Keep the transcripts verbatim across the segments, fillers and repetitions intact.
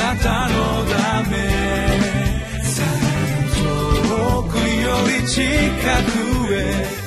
なたのため遠くより近くへ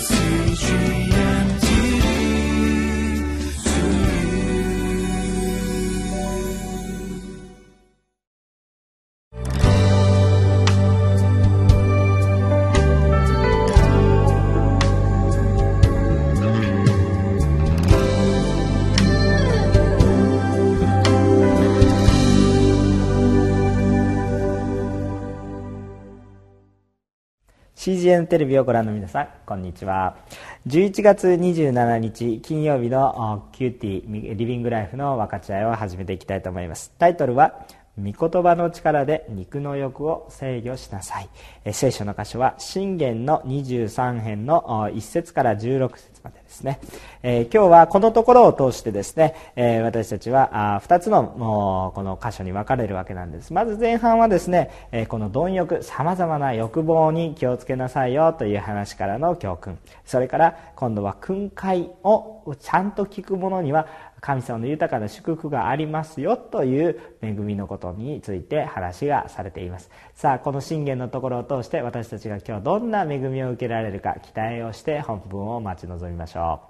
シージーエヌ テレビをご覧の皆さん、こんにちは。じゅういちがつにじゅうしちにち金曜日のキューティーリビングライフの分かち合いを始めていきたいと思います。タイトルは御言葉の力で肉の欲を制御しなさい。え聖書の箇所は箴言のにじゅうさんへんのいっせつからじゅうろくせつまでですね。えー、今日はこのところを通してですね、えー、私たちはあふたつのもうこの箇所に分かれるわけなんです。まず前半はですね、えー、この貪欲、さまざまな欲望に気をつけなさいよという話からの教訓、それから今度は訓戒をちゃんと聞く者には神様の豊かな祝福がありますよという恵みのことについて話がされています。さあ、この箴言のところを通して私たちが今日どんな恵みを受けられるか期待をして本文を待ち望みましょ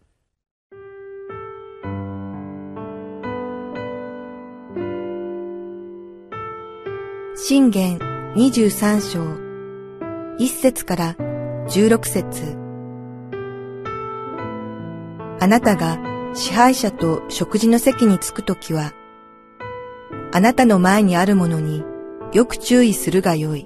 う。 箴言にじゅうさんしょういっせつからじゅうろくせつ。あなたが支配者と食事の席に着くときは、あなたの前にあるものによく注意するがよい。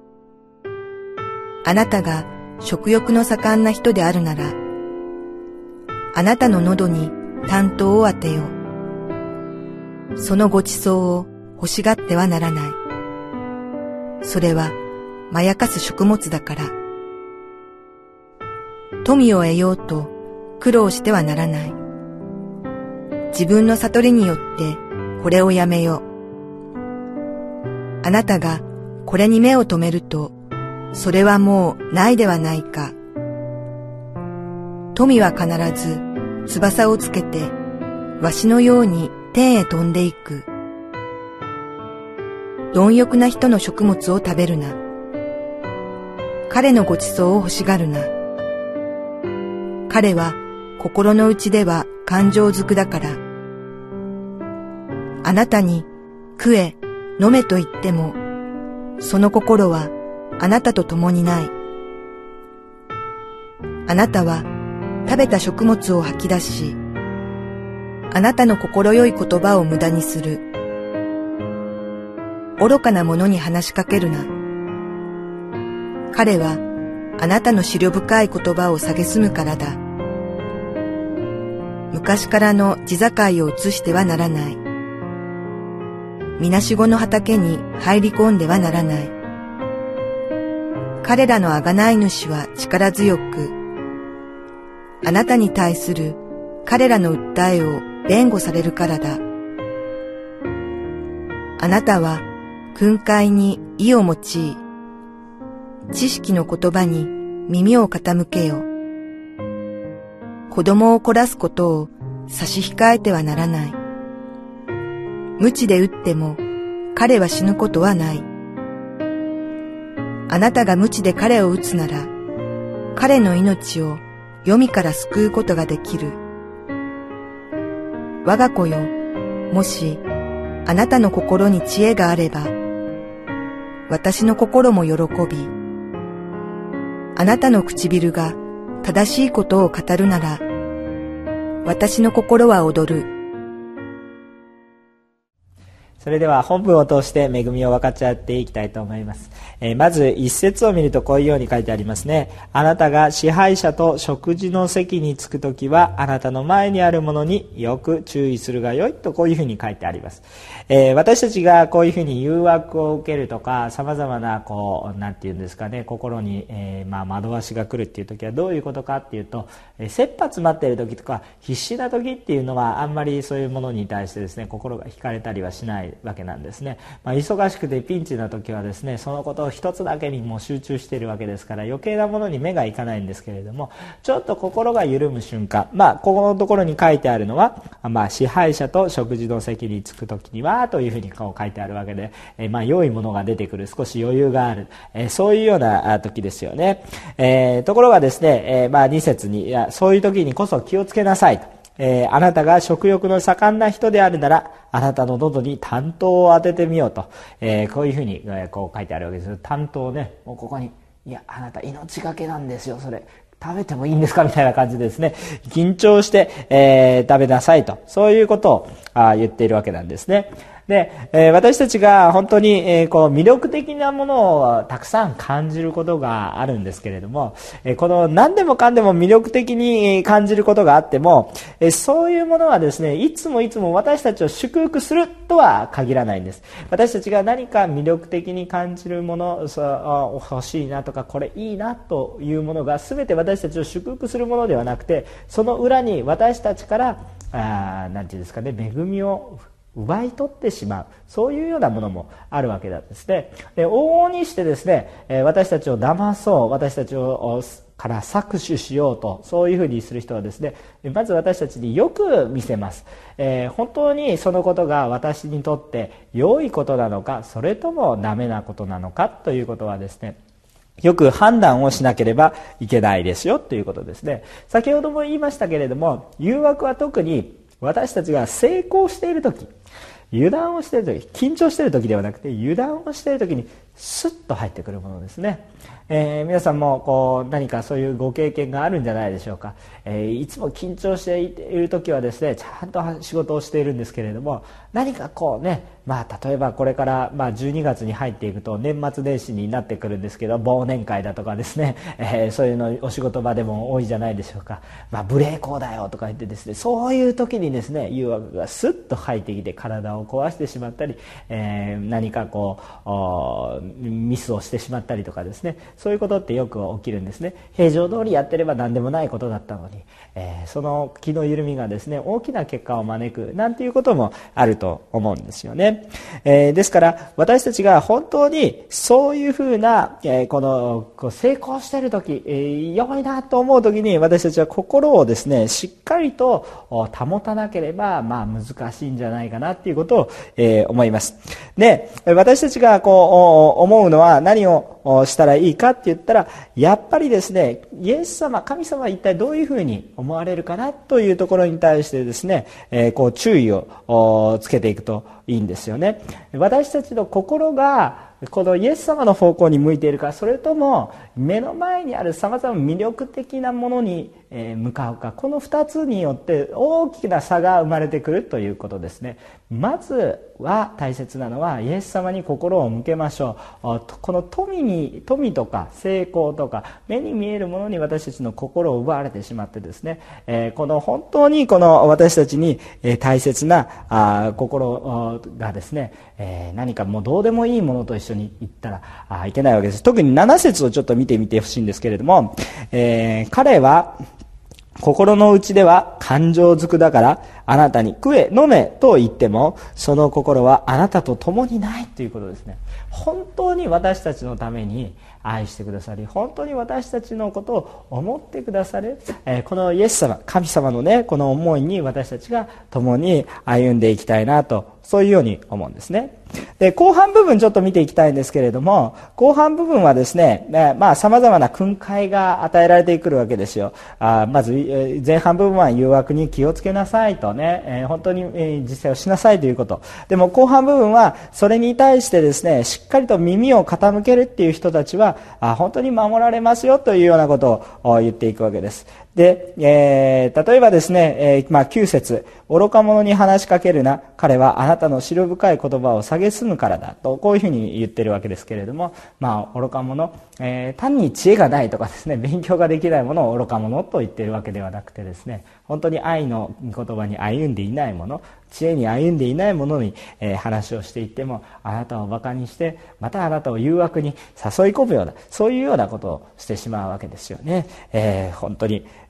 あなたが食欲の盛んな人であるなら、あなたの喉に担当を当てよう。そのごちそうを欲しがってはならない。それはまやかす食物だから。富を得ようと苦労してはならない。自分の悟りによってこれをやめよ。あなたがこれに目を留めると、それはもうないではないか。富は必ず翼をつけて、わしのように天へ飛んでいく。貪欲な人の食物を食べるな。彼のごちそうを欲しがるな。彼は心の内では感情づくだから。あなたに食え、飲めと言っても、その心はあなたと共にない。あなたは食べた食物を吐き出し、あなたの心よい言葉を無駄にする。愚かな者に話しかけるな。彼はあなたの思慮深い言葉を蔑むからだ。昔からの地境を移してはならない。みなしごの畑に入り込んではならない。彼らの贖い主は力強く、あなたに対する彼らの訴えを弁護されるからだ。あなたは訓戒に意を用い、知識の言葉に耳を傾けよ。子供を凝らすことを差し控えてはならない。鞭で打っても彼は死ぬことはない。あなたが鞭で彼を打つなら、彼の命を黄泉から救うことができる。我が子よ、もしあなたの心に知恵があれば、私の心も喜び、あなたの唇が正しいことを語るなら、私の心は踊る。 それでは本文を通して恵みを分かち合っていきたいと思います。えー、まず一節を見るとこういうように書いてありますね。あなたが支配者と食事の席に着くときは、あなたの前にあるものによく注意するがよいと、こういうふうに書いてあります。えー、私たちがこういうふうに誘惑を受けるとか、様々なこうなんていうんですかね、心に、えー、まあ惑わしが来るっていうときはどういうことかっていうと、えー、切羽詰まっているときとか必死なときっていうのはあんまりそういうものに対してですね、心が惹かれたりはしないないわけなんですね。まあ、忙しくてピンチな時はですね、そのことを一つだけにもう集中しているわけですから余計なものに目がいかないんですけれども、ちょっと心が緩む瞬間、まあここのところに書いてあるのは、まあ、支配者と食事の席に着く時にはというふうにこう書いてあるわけで、えー、まあ良いものが出てくる、少し余裕がある、えー、そういうような時ですよね。えー、ところがですね、えー、まあに節に、いやそういう時にこそ気をつけなさいと、えー、あなたが食欲の盛んな人であるならあなたの喉に担当を当ててみようと、えー、こういうふうに、えー、こう書いてあるわけです。担当ね、もうここに、いやあなた命がけなんですよ、それ食べてもいいんですかみたいな感じでですね、緊張して、えー、食べなさいと、そういうことをあ言っているわけなんですね。で、えー、私たちが本当に、えー、こう魅力的なものをたくさん感じることがあるんですけれども、えー、この何でもかんでも魅力的に感じることがあっても、えー、そういうものはですね、いつもいつも私たちを祝福するとは限らないんです。私たちが何か魅力的に感じるもの、そう欲しいなとかこれいいなというものが全て私たちを祝福するものではなくて、その裏に私たちからあなんていうんですかね、恵みを奪い取ってしまう、そういうようなものもあるわけなんですね。で、往々にしてですね、私たちを騙そう、私たちをから搾取しようと、そういうふうにする人はですね、まず私たちによく見せます。えー、本当にそのことが私にとって良いことなのか、それともダメなことなのかということはですね、よく判断をしなければいけないですよということですね。先ほども言いましたけれども、誘惑は特に私たちが成功している時、油断をしている時、緊張している時ではなくて油断をしている時にスッと入ってくるものですね。えー、皆さんもこう何かそういうご経験があるんじゃないでしょうか。えー、いつも緊張している時はですね、ちゃんと仕事をしているんですけれども、何かこうね、まあ例えばこれからまあじゅうにがつに入っていくと年末年始になってくるんですけど、忘年会だとかですね、えー、そういうのお仕事場でも多いじゃないでしょうか。まあ無礼講だよとか言ってですね、そういう時にですね、誘惑がスッと入ってきて体を壊してしまったり、えー、何かこうミスをしてしまったりとかですね、そういうことってよく起きるんですね。平常通りやってれば何でもないことだったのに、えー、その気の緩みがですね、大きな結果を招くなんていうこともあると思うんですよね。えー、ですから私たちが本当にそういうふうな、えー、このこう成功している時、えー、良いなと思う時に私たちは心をですね、しっかりと保たなければまあ難しいんじゃないかなっていうことを、えー、思います。で、私たちがこう思うのは何をしたらいいかって言ったら、やっぱりですね、イエス様、神様は一体どういうふうに思われるかなというところに対してですね、えー、こう注意をつけていくといいんですよね。私たちの心がこのイエス様の方向に向いているか、それとも目の前にあるさまざま魅力的なものに向かうか、このふたつによって大きな差が生まれてくるということですね。まずは大切なのはイエス様に心を向けましょう。この富に富とか成功とか目に見えるものに私たちの心を奪われてしまってですね、この本当にこの私たちに大切な心がですね、何かもうどうでもいいものと一緒に行ったらいけないわけです。特になな節をちょっと見てみてほしいんですけれども、えー、彼は心の内では感情づくだからあなたに食え飲めと言ってもその心はあなたと共にないということですね。本当に私たちのために愛してくださり、本当に私たちのことを思ってくださる、えー、このイエス様、神様のね、この思いに私たちが共に歩んでいきたいなと、そういうように思うんですね。で、後半部分ちょっと見ていきたいんですけれども、後半部分はですね、まあ様々な訓戒が与えられてくるわけですよ。あまず前半部分は誘惑に気をつけなさいとね、えー、本当に実践をしなさいということ。でも後半部分はそれに対してですね、しっかりと耳を傾けるっていう人たちはあ本当に守られますよというようなことを言っていくわけです。で、えー、例えばですね、えーまあ、きゅう節、愚か者に話しかけるな、彼はあなたの思慮深い言葉を蔑むからだと、こういうふうに言ってるわけですけれども、まあ、愚か者、えー、単に知恵がないとかですね、勉強ができないものを愚か者と言っているわけではなくてですね、本当に愛の言葉に歩んでいないもの、知恵に歩んでいないものに、えー、話をしていってもあなたをバカにしてまたあなたを誘惑に誘い込むような、そういうようなことをしてしまうわけですよね。えー、本当に、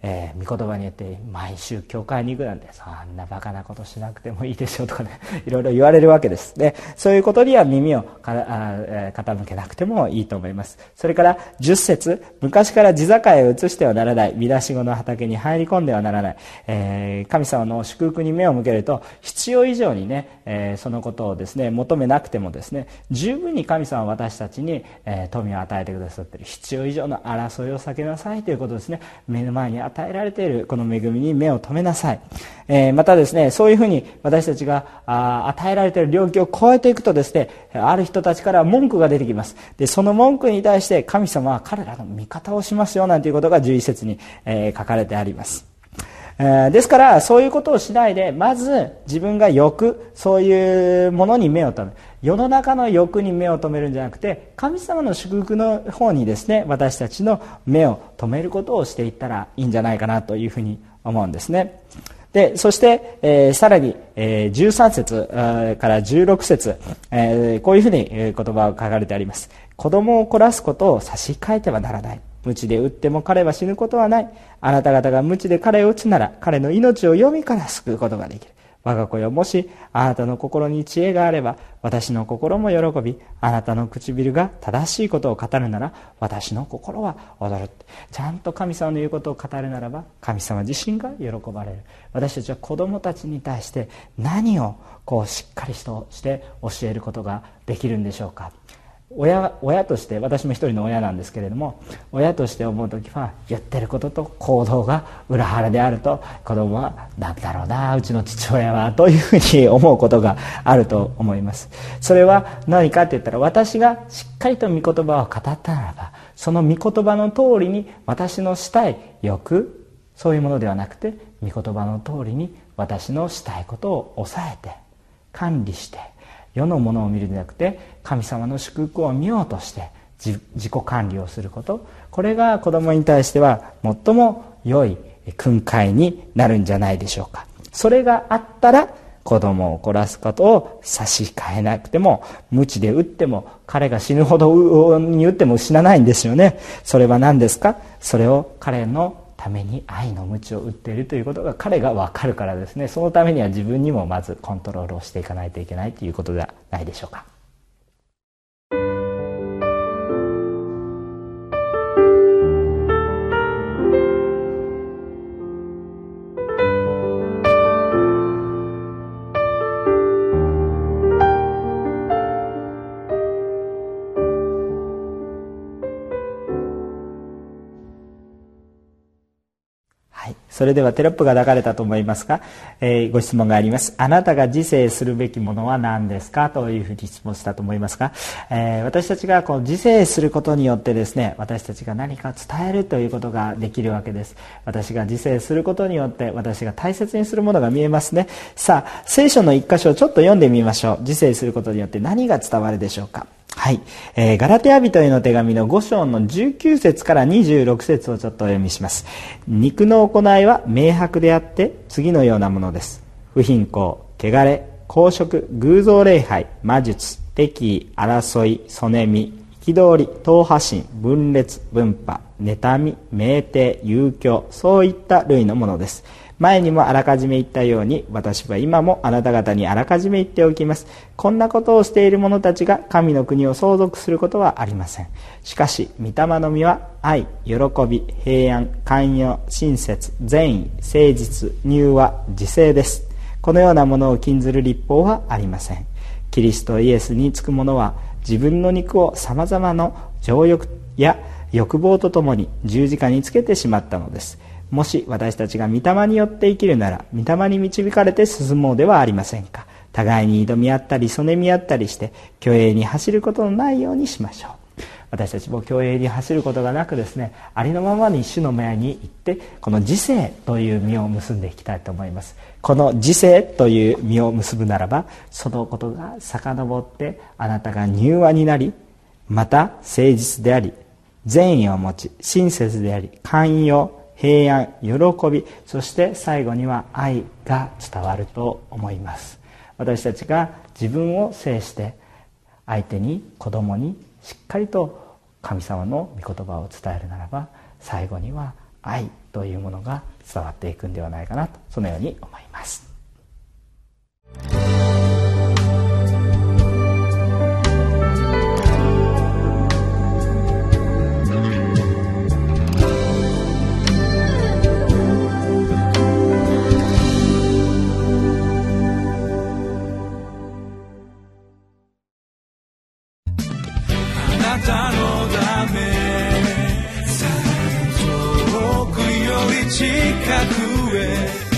えー、御言葉によって毎週教会に行くなんてそんなバカなことしなくてもいいでしょうとかねいろいろ言われるわけですね。そういうことには耳をかあ、えー、傾けなくてもいいと思います。それからじゅっ節、昔から地境を移してはならない、見出し子の畑に入り込んではならない、えー、神様の祝福に目を向けると必要以上にね、えー、そのことをですね求めなくてもですね、十分に神様は私たちに、えー、富を与えてくださっている。必要以上の争いを避けなさいということですね。目の前に与えられているこの恵みに目を留めなさい、えー、またですね、そういうふうに私たちがあ与えられている領域を超えていくとですね、ある人たちから文句が出てきます。でその文句に対して神様は彼らの味方をしますよなんていうことがじゅういっ節に、えー、書かれてあります。えー、ですからそういうことをしないで、まず自分が欲、そういうものに目を留める、世の中の欲に目を留めるんじゃなくて、神様の祝福の方にですね、私たちの目を留めることをしていったらいいんじゃないかなというふうに思うんですね。でそして、えー、さらに、えー、じゅうさん節からじゅうろく節、えー、こういうふうに言葉を書かれてあります。子供を凝らすことを差し替えてはならない。鞭で打っても彼は死ぬことはない。あなた方が鞭で彼を打つなら、彼の命を読みから救うことができる。我が子よ、もしあなたの心に知恵があれば、私の心も喜び、あなたの唇が正しいことを語るなら、私の心は踊る。ちゃんと神様の言うことを語るならば、神様自身が喜ばれる。私たちは子供たちに対して何をこうしっかりとして教えることができるんでしょうか。親, 親として、私も一人の親なんですけれども、親として思うときは、言ってることと行動が裏腹であると、子供はなんだろうな、うちの父親はというふうに思うことがあると思います。それは何かって言ったら、私がしっかりと御言葉を語ったならば、その御言葉の通りに私のしたい欲、そういうものではなくて、御言葉の通りに私のしたいことを抑えて管理して、世のものを見るのではなくて、神様の祝福を見ようとして自己管理をすること、これが子供に対しては最も良い訓戒になるんじゃないでしょうか。それがあったら、子供を凝らすことを差し替えなくても、鞭で打っても彼が死ぬほどに打っても死なないんですよね。それは何ですか。それを彼のために愛の鞭を打っているということが彼が分かるからですね。そのためには自分にもまずコントロールをしていかないといけないということではないでしょうか。それではテロップが出されたと思いますが、えー、ご質問があります。あなたが自制するべきものは何ですかというふうに質問したと思いますが、えー、私たちがこう自制することによってですね、私たちが何か伝えるということができるわけです。私が自制することによって私が大切にするものが見えますね。さあ、聖書の一箇所をちょっと読んでみましょう。自制することによって何が伝わるでしょうか。はい、えー、ガラテヤ人への手紙のご章のじゅうきゅう節からにじゅうろく節をちょっとお読みします。肉の行いは明白であって次のようなものです。不貧困、汚れ、公職、偶像礼拝、魔術、敵意、争い、そねみ、憤り、党派心、分裂、分派、妬み、酩酊、遊興、そういった類のものです。前にもあらかじめ言ったように、私は今もあなた方にあらかじめ言っておきます。こんなことをしている者たちが神の国を相続することはありません。しかし、御霊の実は愛、喜び、平安、寛容、親切、善意、誠実、柔和、自制です。このようなものを禁ずる律法はありません。キリストイエスにつく者は、自分の肉をさまざまな情欲や欲望とともに十字架につけてしまったのです。もし私たちが御霊によって生きるなら、御霊に導かれて進もうではありませんか。互いに挑み合ったりそねみ合ったりして虚栄に走ることのないようにしましょう。私たちも虚栄に走ることがなくですね、ありのままに主の前に行って、この自制という実を結んでいきたいと思います。この自制という実を結ぶならば、そのことが遡ってあなたが柔和になり、また誠実であり、善意を持ち、親切であり、寛容、平安、喜び、そして最後には愛が伝わると思います。私たちが自分を制して相手に、子供にしっかりと神様の御言葉を伝えるならば、最後には愛というものが伝わっていくんではないかなと、そのように思います。 あなたのため遠くより近くへ